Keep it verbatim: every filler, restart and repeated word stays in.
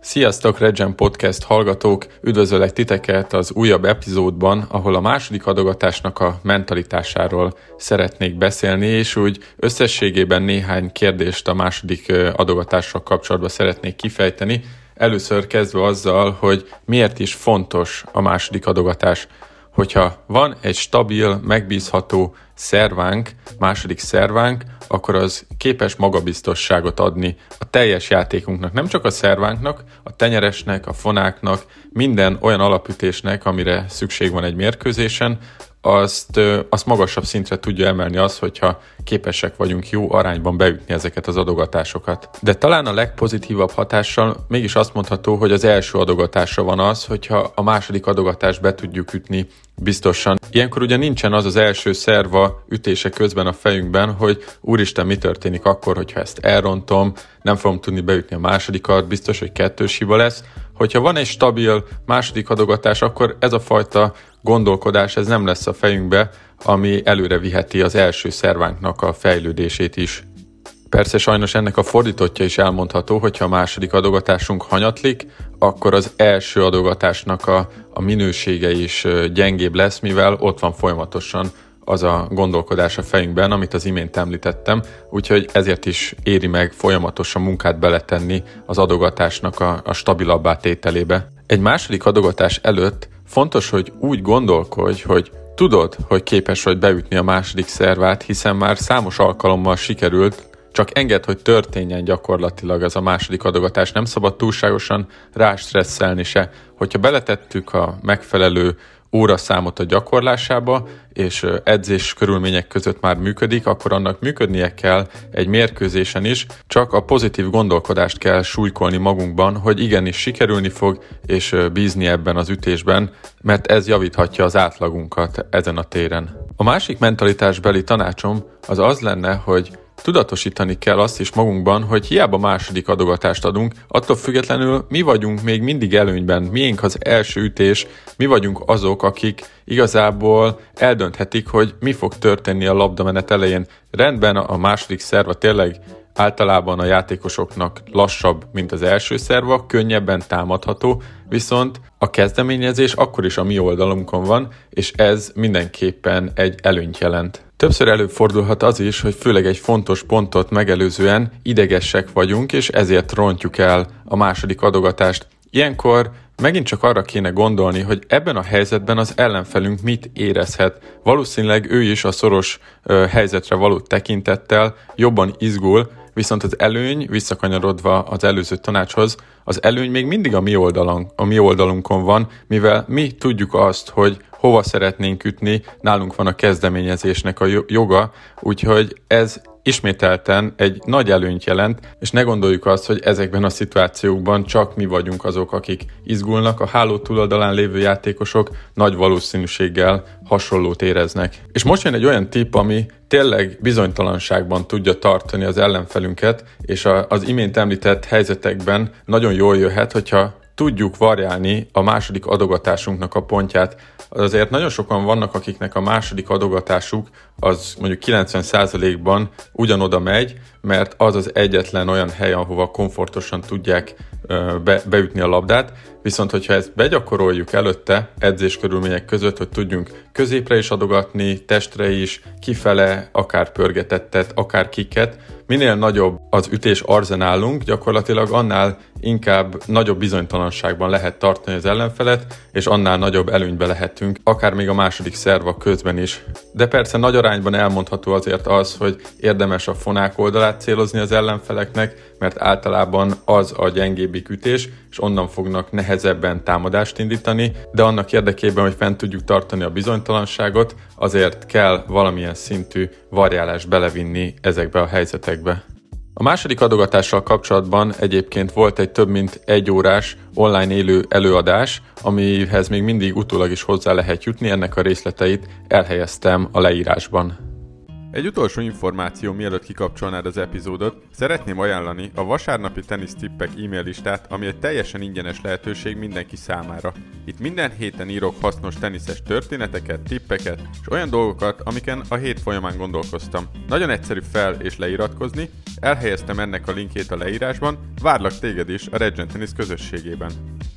Sziasztok, Regen Podcast hallgatók! Üdvözöllek titeket az újabb epizódban, ahol a második adogatásnak a mentalitásáról szeretnék beszélni, és úgy összességében néhány kérdést a második adogatással kapcsolatban szeretnék kifejteni. Először kezdve azzal, hogy miért is fontos a második adogatás. Hogyha van egy stabil, megbízható szervánk, második szervánk, akkor az képes magabiztosságot adni a teljes játékunknak, nem csak a szervánknak, a tenyeresnek, a fonáknak, minden olyan alapütésnek, amire szükség van egy mérkőzésen, azt, azt magasabb szintre tudja emelni az, hogyha képesek vagyunk jó arányban beütni ezeket az adogatásokat. De talán a legpozitívabb hatással mégis azt mondható, hogy az első adogatásra van az, hogyha a második adogatást be tudjuk ütni biztosan. Ilyenkor ugye nincsen az az első szerva ütése közben a fejünkben, hogy úristen, mi történik akkor, hogyha ezt elrontom, nem fogom tudni beütni a másodikat, biztos, hogy kettős hiba lesz. Hogyha van egy stabil második adogatás, akkor ez a fajta gondolkodás ez nem lesz a fejünkbe, ami előre viheti az első szervánknak a fejlődését is. Persze sajnos ennek a fordítottja is elmondható, hogyha a második adogatásunk hanyatlik, akkor az első adogatásnak a, a minősége is gyengébb lesz, mivel ott van folyamatosan az a gondolkodás a fejünkben, amit az imént említettem, úgyhogy ezért is éri meg folyamatosan munkát beletenni az adogatásnak a, a stabilabbá tételébe. Egy második adogatás előtt fontos, hogy úgy gondolkodj, hogy tudod, hogy képes vagy beütni a második szervát, hiszen már számos alkalommal sikerült, csak engedd, hogy történjen gyakorlatilag ez a második adogatás. Nem szabad túlságosan rástresszelni se. Hogyha beletettük a megfelelő óraszámot a gyakorlásába, és edzés körülmények között már működik, akkor annak működnie kell egy mérkőzésen is, csak a pozitív gondolkodást kell súlykolni magunkban, hogy igenis sikerülni fog, és bízni ebben az ütésben, mert ez javíthatja az átlagunkat ezen a téren. A másik mentalitásbeli tanácsom az az lenne, hogy tudatosítani kell azt is magunkban, hogy hiába második adogatást adunk, attól függetlenül mi vagyunk még mindig előnyben, miénk az első ütés, mi vagyunk azok, akik igazából eldönthetik, hogy mi fog történni a labdamenet elején. Rendben, a második szerva tényleg általában a játékosoknak lassabb, mint az első szerva, könnyebben támadható, viszont a kezdeményezés akkor is a mi oldalunkon van, és ez mindenképpen egy előnyt jelent. Többször előfordulhat az is, hogy főleg egy fontos pontot megelőzően idegesek vagyunk, és ezért rontjuk el a második adogatást. Ilyenkor megint csak arra kéne gondolni, hogy ebben a helyzetben az ellenfelünk mit érezhet. Valószínűleg ő is a szoros ö, helyzetre való tekintettel jobban izgul, viszont az előny, visszakanyarodva az előző tanácshoz, az előny még mindig a mi, oldalon, a mi oldalunkon van, mivel mi tudjuk azt, hogy hova szeretnénk ütni, nálunk van a kezdeményezésnek a joga, úgyhogy ez ismételten egy nagy előnyt jelent, és ne gondoljuk azt, hogy ezekben a szituációkban csak mi vagyunk azok, akik izgulnak, a háló túloldalán lévő játékosok nagy valószínűséggel hasonlót éreznek. És most jön egy olyan tipp, ami tényleg bizonytalanságban tudja tartani az ellenfelünket, és az imént említett helyzetekben nagyon jól jöhet, hogyha tudjuk variálni a második adogatásunknak a pontját. Azért nagyon sokan vannak, akiknek a második adogatásuk az mondjuk kilencven százalékban ugyanoda megy, mert az az egyetlen olyan hely, ahova komfortosan tudják be, beütni a labdát, viszont hogyha ezt begyakoroljuk előtte edzés körülmények között, hogy tudjunk középre is adogatni, testre is, kifele, akár pörgetettet, akár kiket, minél nagyobb az ütés arzenálunk, gyakorlatilag annál inkább nagyobb bizonytalanságban lehet tartani az ellenfelet, és annál nagyobb előnybe lehetünk, akár még a második szerva közben is. De persze nagy arányban elmondható azért az, hogy érdemes a fonák oldalát célozni az ellenfeleknek, mert általában az a gyengébbik ütés, és onnan fognak nehezebben támadást indítani, de annak érdekében, hogy fent tudjuk tartani a bizonytalanságot, azért kell valamilyen szintű variálást belevinni ezekbe a helyzetekbe. A második adogatással kapcsolatban egyébként volt egy több mint egy órás online élő előadás, amihez még mindig utólag is hozzá lehet jutni, ennek a részleteit elhelyeztem a leírásban. Egy utolsó információ, mielőtt kikapcsolnád az epizódot, szeretném ajánlani a vasárnapi tenisztippek e-mail listát, ami egy teljesen ingyenes lehetőség mindenki számára. Itt minden héten írok hasznos teniszes történeteket, tippeket és olyan dolgokat, amiken a hét folyamán gondolkoztam. Nagyon egyszerű fel- és leiratkozni, elhelyeztem ennek a linkjét a leírásban, várlak téged is a Regen Tennis közösségében.